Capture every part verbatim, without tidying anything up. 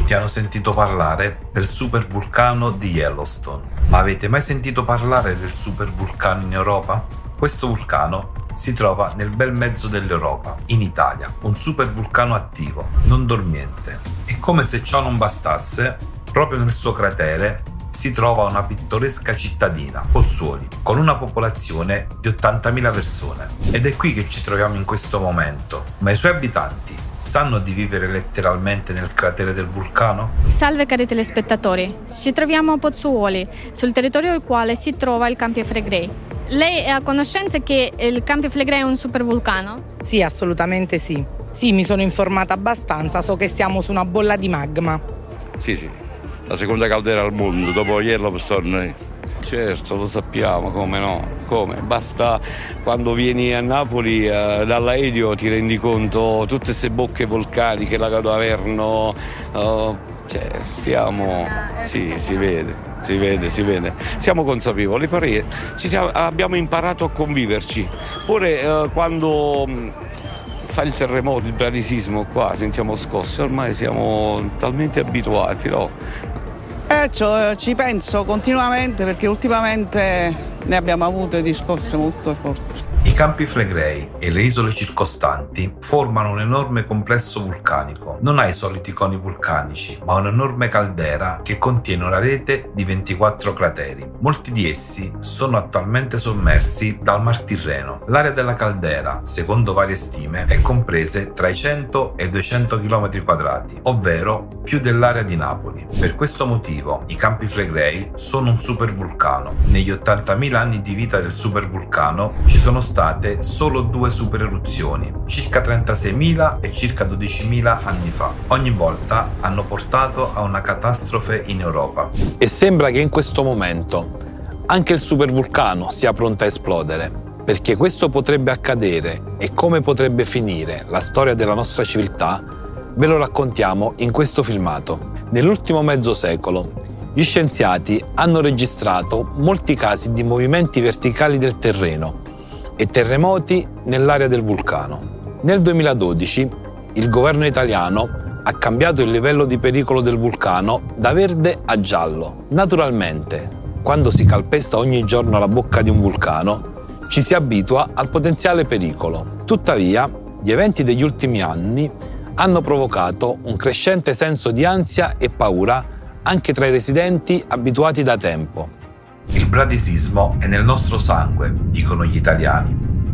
tutti hanno sentito parlare del supervulcano di Yellowstone, ma avete mai sentito parlare del supervulcano in Europa? Questo vulcano si trova nel bel mezzo dell'Europa, in Italia, un supervulcano attivo, non dormiente. E come se ciò non bastasse, proprio nel suo cratere si trova una pittoresca cittadina, Pozzuoli, con una popolazione di ottantamila persone. Ed è qui che ci troviamo in questo momento. Ma i suoi abitanti sanno di vivere letteralmente nel cratere del vulcano? Salve cari telespettatori, ci troviamo a Pozzuoli, sul territorio del quale si trova il Campi Flegrei. Lei è a conoscenza che il Campi Flegrei è un supervulcano? Sì, assolutamente sì. Sì, mi sono informata abbastanza, so che siamo su una bolla di magma. Sì, sì, la seconda caldera al mondo, dopo Yellowstone. Certo, lo sappiamo, come no, come? Basta quando vieni a Napoli eh, dall'aereo ti rendi conto tutte queste bocche vulcaniche, lago d'Averno, uh, cioè siamo, sì, si vede, si vede, si vede, siamo consapevoli, pare, ci siamo, abbiamo imparato a conviverci, pure eh, quando mh, fa il terremoto, il bradisismo qua, sentiamo scosse, ormai siamo talmente abituati, no? Eh, cioè, ci penso continuamente perché ultimamente ne abbiamo avute di scosse molto forti. I Campi Flegrei e le isole circostanti formano un enorme complesso vulcanico. Non ha i soliti coni vulcanici, ma un'enorme caldera che contiene una rete di ventiquattro crateri. Molti di essi sono attualmente sommersi dal Mar Tirreno. L'area della caldera, secondo varie stime, è comprese tra i cento e i duecento chilometri quadrati, ovvero più dell'area di Napoli. Per questo motivo i Campi Flegrei sono un supervulcano. Negli ottantamila anni di vita del supervulcano ci sono state solo due supereruzioni, circa trentaseimila e circa dodicimila anni fa. Ogni volta hanno portato a una catastrofe in Europa. E sembra che in questo momento anche il supervulcano sia pronto a esplodere, perché questo potrebbe accadere e come potrebbe finire la storia della nostra civiltà ve lo raccontiamo in questo filmato. Nell'ultimo mezzo secolo gli scienziati hanno registrato molti casi di movimenti verticali del terreno e terremoti nell'area del vulcano. Nel duemiladodici il governo italiano ha cambiato il livello di pericolo del vulcano da verde a giallo. Naturalmente, quando si calpesta ogni giorno la bocca di un vulcano, ci si abitua al potenziale pericolo. Tuttavia, gli eventi degli ultimi anni hanno provocato un crescente senso di ansia e paura anche tra i residenti abituati da tempo. Il bradisismo è nel nostro sangue, dicono gli italiani.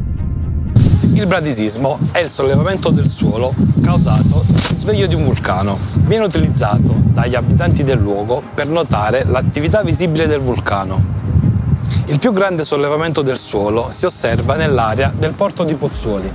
Il bradisismo è il sollevamento del suolo causato dal risveglio di un vulcano. Viene utilizzato dagli abitanti del luogo per notare l'attività visibile del vulcano. Il più grande sollevamento del suolo si osserva nell'area del porto di Pozzuoli.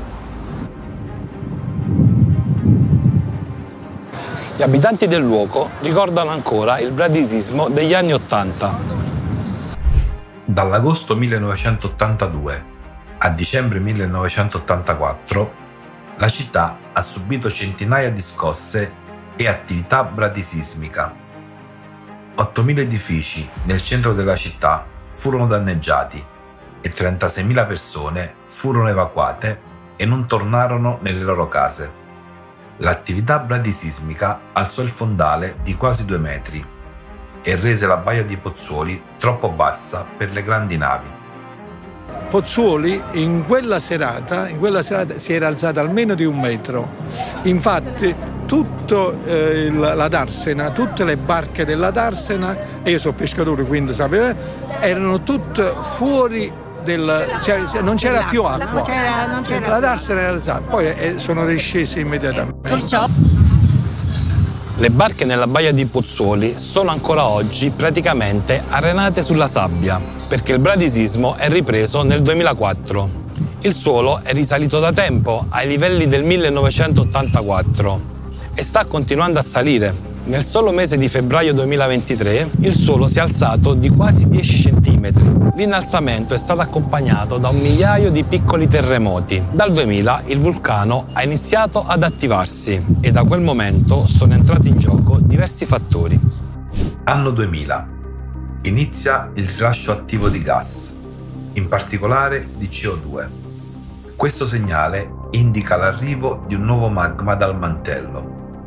Gli abitanti del luogo ricordano ancora il bradisismo degli anni Ottanta. Dall'agosto millenovecentottantadue a dicembre millenovecentottantaquattro la città ha subito centinaia di scosse e attività bradisismica. ottomila edifici nel centro della città furono danneggiati e trentaseimila persone furono evacuate e non tornarono nelle loro case. L'attività bradisismica alzò il fondale di quasi due metri e rese la baia di Pozzuoli troppo bassa per le grandi navi. Pozzuoli in quella serata, in quella serata si era alzata almeno di un metro. Infatti tutta eh, la Darsena, tutte le barche della Darsena, e io sono pescatore quindi sapevo, erano tutte fuori del, cioè, non c'era più acqua. Non c'era, non c'era. La Darsena era alzata, poi eh, sono riscese immediatamente. Perciò Le barche nella baia di Pozzuoli sono ancora oggi praticamente arenate sulla sabbia, perché il bradisismo è ripreso nel duemilaquattro. Il suolo è risalito da tempo ai livelli del millenovecentottantaquattro e sta continuando a salire. Nel solo mese di febbraio duemilaventitré il suolo si è alzato di quasi dieci centimetri. L'innalzamento è stato accompagnato da un migliaio di piccoli terremoti. Dal duemila il vulcano ha iniziato ad attivarsi e da quel momento sono entrati in gioco diversi fattori. Anno duemila. Inizia il rilascio attivo di gas, in particolare di C O due. Questo segnale indica l'arrivo di un nuovo magma dal mantello,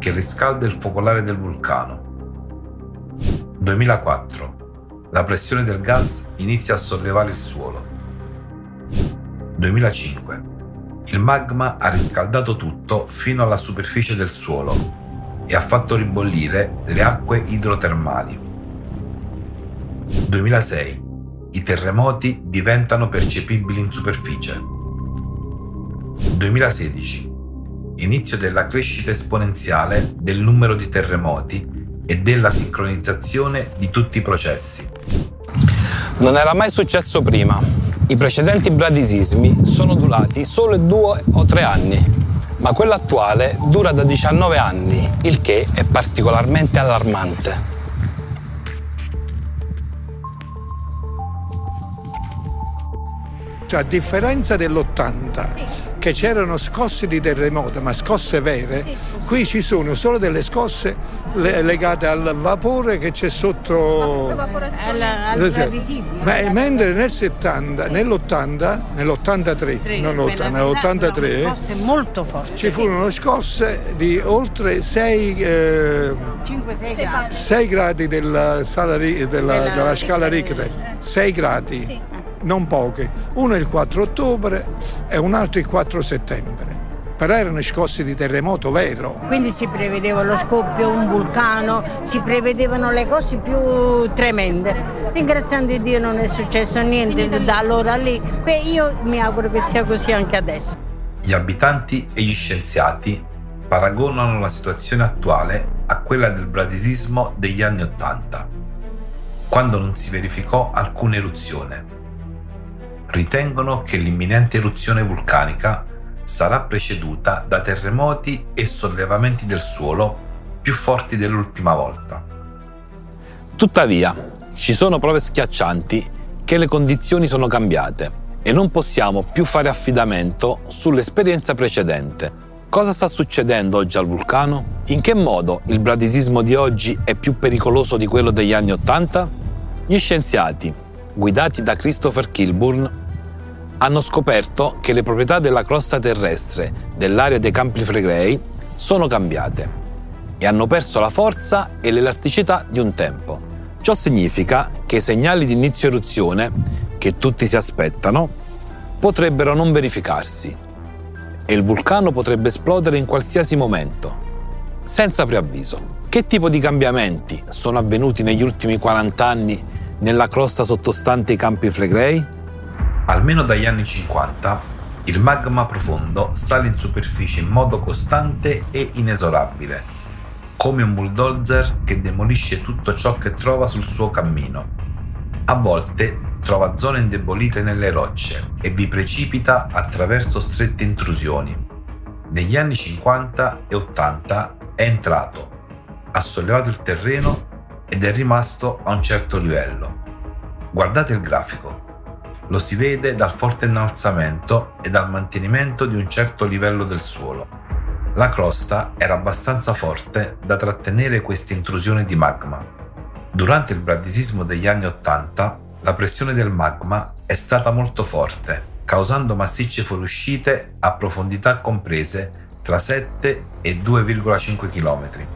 che riscalda il focolare del vulcano. duemilaquattro. La pressione del gas inizia a sollevare il suolo. duemilacinque. Il magma ha riscaldato tutto fino alla superficie del suolo e ha fatto ribollire le acque idrotermali. duemilasei. I terremoti diventano percepibili in superficie. duemilasedici. Inizio della crescita esponenziale del numero di terremoti e della sincronizzazione di tutti i processi. Non era mai successo prima. I precedenti bradisismi sono durati solo due o tre anni, ma quello attuale dura da diciannove anni, il che è particolarmente allarmante. Cioè, a differenza dell'ottanta, sì, che c'erano scosse di terremoto, ma scosse vere, sì, qui ci sono solo delle scosse le- legate al vapore che c'è sotto, al, al bradisismo. Ma, mentre nel settanta, sì, nell'ottanta, nell'ottantatré, tre, non ottanta, nell'ottantatré, scosse molto forti. Ci furono scosse di oltre sei eh, gradi. gradi della, sala, della, della, della scala Richter, sei gradi. Sì. Non poche, uno il quattro ottobre e un altro il quattro settembre, però erano scosse di terremoto vero. Quindi si prevedeva lo scoppio, un vulcano, si prevedevano le cose più tremende. Ringraziando Dio non è successo niente da allora lì. Beh, io mi auguro che sia così anche adesso. Gli abitanti e gli scienziati paragonano la situazione attuale a quella del bradisismo degli anni Ottanta, quando non si verificò alcuna eruzione. Ritengono che l'imminente eruzione vulcanica sarà preceduta da terremoti e sollevamenti del suolo più forti dell'ultima volta. Tuttavia, ci sono prove schiaccianti che le condizioni sono cambiate e non possiamo più fare affidamento sull'esperienza precedente. Cosa sta succedendo oggi al vulcano? In che modo il bradisismo di oggi è più pericoloso di quello degli anni Ottanta? Gli scienziati, guidati da Christopher Kilburn, hanno scoperto che le proprietà della crosta terrestre dell'area dei Campi Flegrei sono cambiate e hanno perso la forza e l'elasticità di un tempo. Ciò significa che i segnali di inizio eruzione, che tutti si aspettano, potrebbero non verificarsi e il vulcano potrebbe esplodere in qualsiasi momento, senza preavviso. Che tipo di cambiamenti sono avvenuti negli ultimi quaranta anni nella crosta sottostante i Campi Flegrei? Almeno dagli anni cinquanta, il magma profondo sale in superficie in modo costante e inesorabile, come un bulldozer che demolisce tutto ciò che trova sul suo cammino. A volte trova zone indebolite nelle rocce e vi precipita attraverso strette intrusioni. Negli anni cinquanta e ottanta è entrato, ha sollevato il terreno ed è rimasto a un certo livello. Guardate il grafico. Lo si vede dal forte innalzamento e dal mantenimento di un certo livello del suolo. La crosta era abbastanza forte da trattenere queste intrusioni di magma. Durante il bradisismo degli anni Ottanta, la pressione del magma è stata molto forte, causando massicce fuoriuscite a profondità comprese tra sette e due virgola cinque chilometri.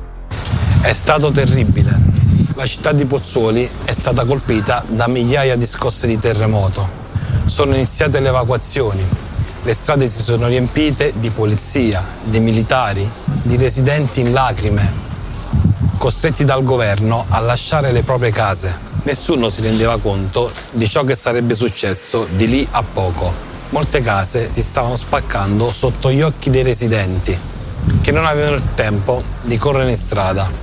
È stato terribile. La città di Pozzuoli è stata colpita da migliaia di scosse di terremoto. Sono iniziate le evacuazioni. Le strade si sono riempite di polizia, di militari, di residenti in lacrime, costretti dal governo a lasciare le proprie case. Nessuno si rendeva conto di ciò che sarebbe successo di lì a poco. Molte case si stavano spaccando sotto gli occhi dei residenti, che non avevano il tempo di correre in strada.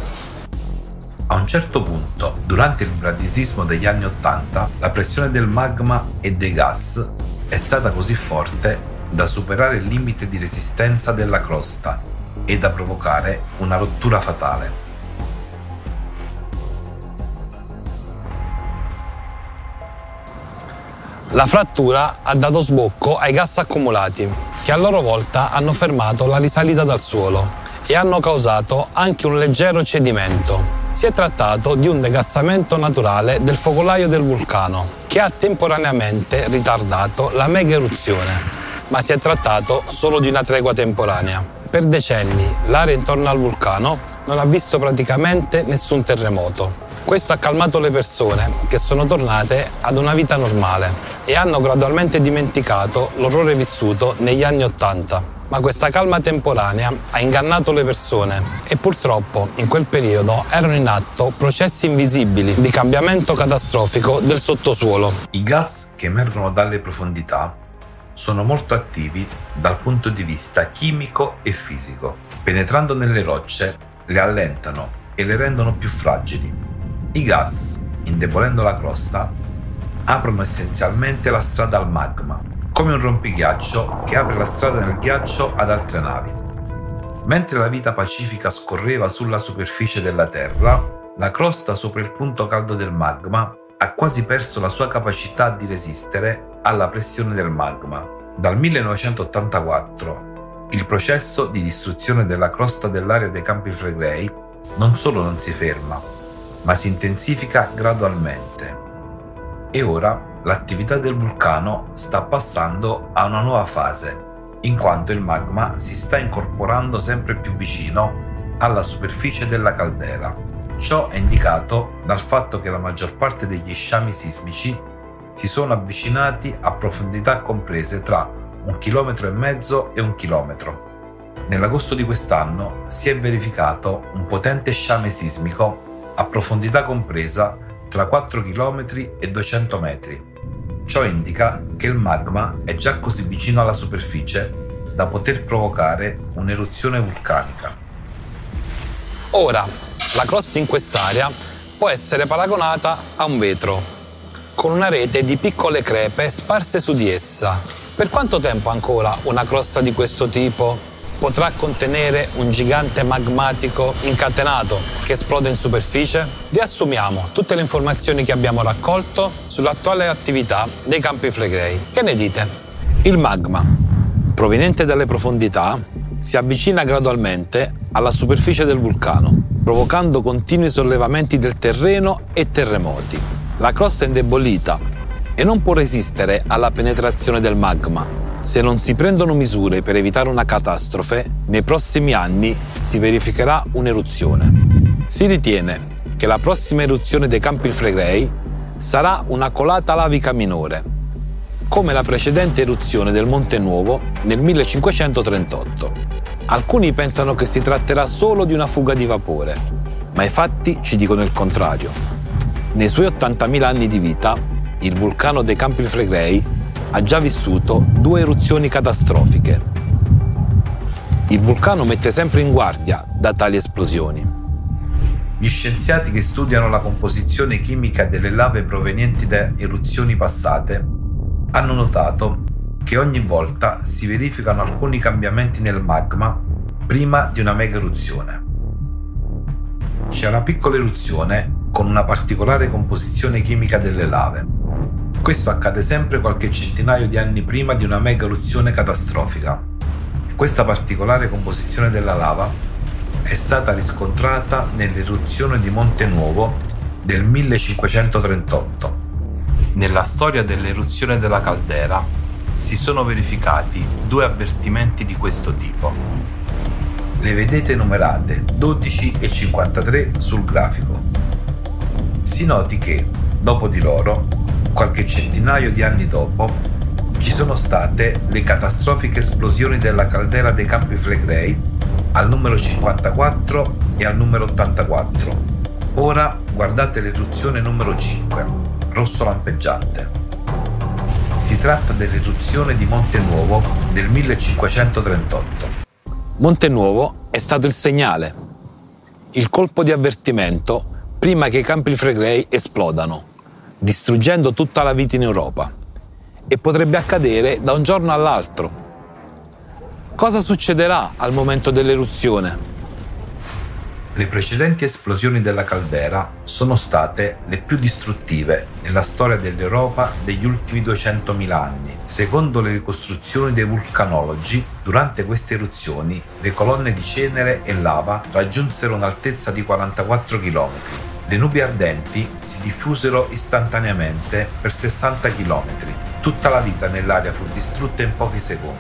A un certo punto, durante il bradisismo degli anni Ottanta, la pressione del magma e dei gas è stata così forte da superare il limite di resistenza della crosta e da provocare una rottura fatale. La frattura ha dato sbocco ai gas accumulati, che a loro volta hanno fermato la risalita dal suolo e hanno causato anche un leggero cedimento. Si è trattato di un degassamento naturale del focolaio del vulcano, che ha temporaneamente ritardato la mega eruzione, ma si è trattato solo di una tregua temporanea. Per decenni l'area intorno al vulcano non ha visto praticamente nessun terremoto. Questo ha calmato le persone che sono tornate ad una vita normale e hanno gradualmente dimenticato l'orrore vissuto negli anni Ottanta. Ma questa calma temporanea ha ingannato le persone e purtroppo in quel periodo erano in atto processi invisibili di cambiamento catastrofico del sottosuolo. I gas che emergono dalle profondità sono molto attivi dal punto di vista chimico e fisico. Penetrando nelle rocce le allentano e le rendono più fragili. I gas, indebolendo la crosta, aprono essenzialmente la strada al magma, come un rompighiaccio che apre la strada nel ghiaccio ad altre navi. Mentre la vita pacifica scorreva sulla superficie della Terra, la crosta sopra il punto caldo del magma ha quasi perso la sua capacità di resistere alla pressione del magma. Dal millenovecentottantaquattro il processo di distruzione della crosta dell'area dei Campi Flegrei non solo non si ferma, ma si intensifica gradualmente. E ora l'attività del vulcano sta passando a una nuova fase, in quanto il magma si sta incorporando sempre più vicino alla superficie della caldera. Ciò è indicato dal fatto che la maggior parte degli sciami sismici si sono avvicinati a profondità comprese tra un chilometro e mezzo e un chilometro. Nell'agosto di quest'anno si è verificato un potente sciame sismico a profondità compresa tra quattro chilometri e duecento metri. Ciò indica che il magma è già così vicino alla superficie da poter provocare un'eruzione vulcanica. Ora, la crosta in quest'area può essere paragonata a un vetro, con una rete di piccole crepe sparse su di essa. Per quanto tempo ancora una crosta di questo tipo potrà contenere un gigante magmatico incatenato che esplode in superficie? Riassumiamo tutte le informazioni che abbiamo raccolto sull'attuale attività dei Campi Flegrei. Che ne dite? Il magma, proveniente dalle profondità, si avvicina gradualmente alla superficie del vulcano, provocando continui sollevamenti del terreno e terremoti. La crosta è indebolita e non può resistere alla penetrazione del magma. Se non si prendono misure per evitare una catastrofe, nei prossimi anni si verificherà un'eruzione. Si ritiene che la prossima eruzione dei Campi Flegrei sarà una colata lavica minore, come la precedente eruzione del Monte Nuovo nel millecinquecentotrentotto. Alcuni pensano che si tratterà solo di una fuga di vapore, ma i fatti ci dicono il contrario. Nei suoi ottantamila anni di vita, il vulcano dei Campi Flegrei ha già vissuto due eruzioni catastrofiche. Il vulcano mette sempre in guardia da tali esplosioni. Gli scienziati che studiano la composizione chimica delle lave provenienti da eruzioni passate hanno notato che ogni volta si verificano alcuni cambiamenti nel magma prima di una mega eruzione. C'è una piccola eruzione con una particolare composizione chimica delle lave. Questo accade sempre qualche centinaio di anni prima di una mega eruzione catastrofica. Questa particolare composizione della lava è stata riscontrata nell'eruzione di Monte Nuovo del millecinquecentotrentotto. Nella storia dell'eruzione della caldera si sono verificati due avvertimenti di questo tipo. Le vedete numerate dodici e cinquantatré sul grafico. Si noti che, dopo di loro, qualche centinaio di anni dopo, ci sono state le catastrofiche esplosioni della caldera dei Campi Flegrei al numero cinquantaquattro e al numero ottantaquattro. Ora guardate l'eruzione numero cinque, rosso lampeggiante. Si tratta dell'eruzione di Monte Nuovo del millecinquecentotrentotto. Monte Nuovo è stato il segnale, il colpo di avvertimento prima che i Campi Flegrei esplodano, distruggendo tutta la vita in Europa, e potrebbe accadere da un giorno all'altro. Cosa succederà al momento dell'eruzione? Le precedenti esplosioni della caldera sono state le più distruttive nella storia dell'Europa degli ultimi duecentomila anni. Secondo le ricostruzioni dei vulcanologi, durante queste eruzioni le colonne di cenere e lava raggiunsero un'altezza di quarantaquattro chilometri. Le nubi ardenti si diffusero istantaneamente per sessanta chilometri. Tutta la vita nell'area fu distrutta in pochi secondi.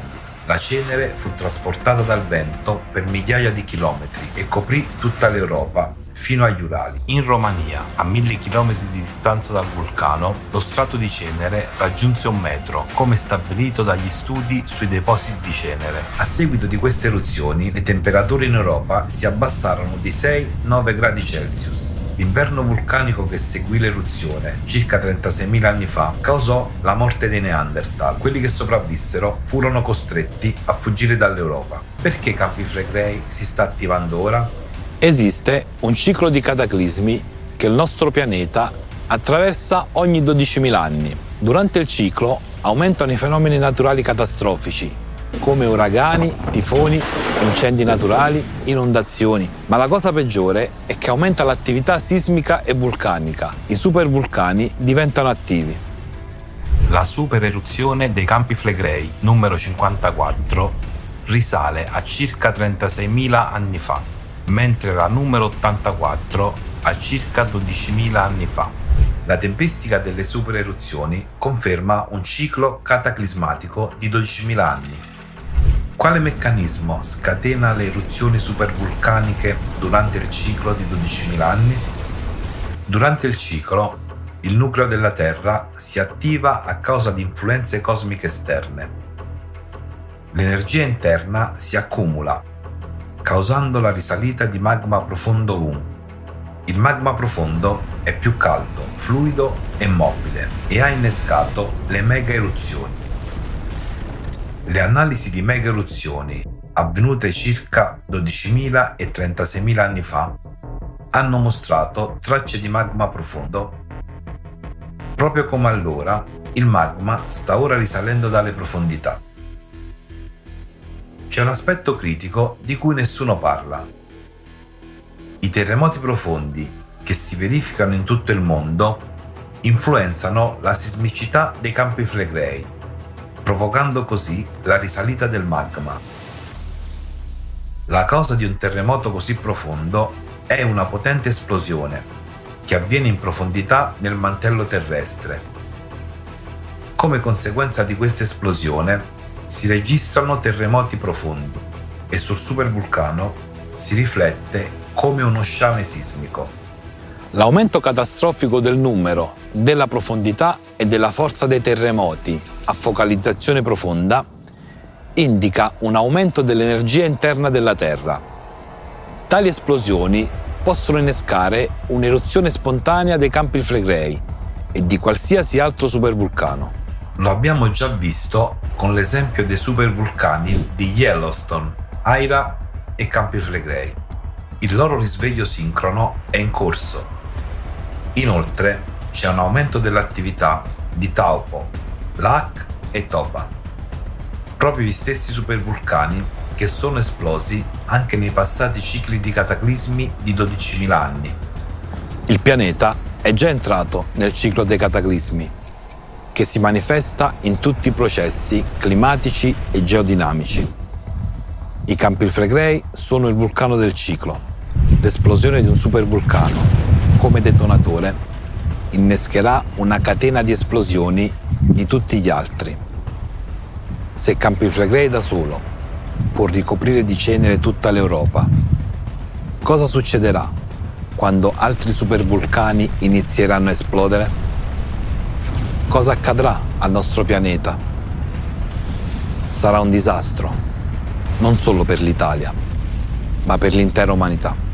La cenere fu trasportata dal vento per migliaia di chilometri e coprì tutta l'Europa fino agli Urali. In Romania, a mille chilometri di distanza dal vulcano, lo strato di cenere raggiunse un metro, come stabilito dagli studi sui depositi di cenere. A seguito di queste eruzioni, le temperature in Europa si abbassarono di sei nove gradi Celsius. L'inverno vulcanico che seguì l'eruzione, circa trentaseimila anni fa, causò la morte dei Neanderthal. Quelli che sopravvissero furono costretti a fuggire dall'Europa. Perché Campi Flegrei si sta attivando ora? Esiste un ciclo di cataclismi che il nostro pianeta attraversa ogni dodicimila anni. Durante il ciclo aumentano i fenomeni naturali catastrofici, come uragani, tifoni, incendi naturali, inondazioni. Ma la cosa peggiore è che aumenta l'attività sismica e vulcanica. I supervulcani diventano attivi. La supereruzione dei Campi Flegrei, numero cinquantaquattro, risale a circa trentaseimila anni fa, mentre la numero ottantaquattro a circa dodicimila anni fa. La tempistica delle supereruzioni conferma un ciclo cataclismatico di dodicimila anni. Quale meccanismo scatena le eruzioni supervulcaniche durante il ciclo di dodicimila anni? Durante il ciclo, il nucleo della Terra si attiva a causa di influenze cosmiche esterne. L'energia interna si accumula, causando la risalita di magma profondo uno. Il magma profondo è più caldo, fluido e mobile e ha innescato le mega eruzioni. Le analisi di mega eruzioni, avvenute circa dodicimila e trentaseimila anni fa, hanno mostrato tracce di magma profondo. Proprio come allora, il magma sta ora risalendo dalle profondità. C'è un aspetto critico di cui nessuno parla. I terremoti profondi, che si verificano in tutto il mondo, influenzano la sismicità dei Campi Flegrei, provocando così la risalita del magma. La causa di un terremoto così profondo è una potente esplosione che avviene in profondità nel mantello terrestre. Come conseguenza di questa esplosione si registrano terremoti profondi e sul supervulcano si riflette come uno sciame sismico. L'aumento catastrofico del numero, della profondità e della forza dei terremoti a focalizzazione profonda indica un aumento dell'energia interna della Terra. Tali esplosioni possono innescare un'eruzione spontanea dei Campi Flegrei e di qualsiasi altro supervulcano. Lo abbiamo già visto con l'esempio dei supervulcani di Yellowstone, Aira e Campi Flegrei. Il loro risveglio sincrono è in corso. Inoltre c'è un aumento dell'attività di Taupo, Lac e Toba, proprio gli stessi supervulcani che sono esplosi anche nei passati cicli di cataclismi di dodicimila anni. Il pianeta è già entrato nel ciclo dei cataclismi, che si manifesta in tutti i processi climatici e geodinamici. I Campi Flegrei sono il vulcano del ciclo. L'esplosione di un supervulcano come detonatore innescherà una catena di esplosioni di tutti gli altri. Se Campi Flegrei da solo può ricoprire di cenere tutta l'Europa, cosa succederà quando altri supervulcani inizieranno a esplodere? Cosa accadrà al nostro pianeta? Sarà un disastro, non solo per l'Italia, ma per l'intera umanità.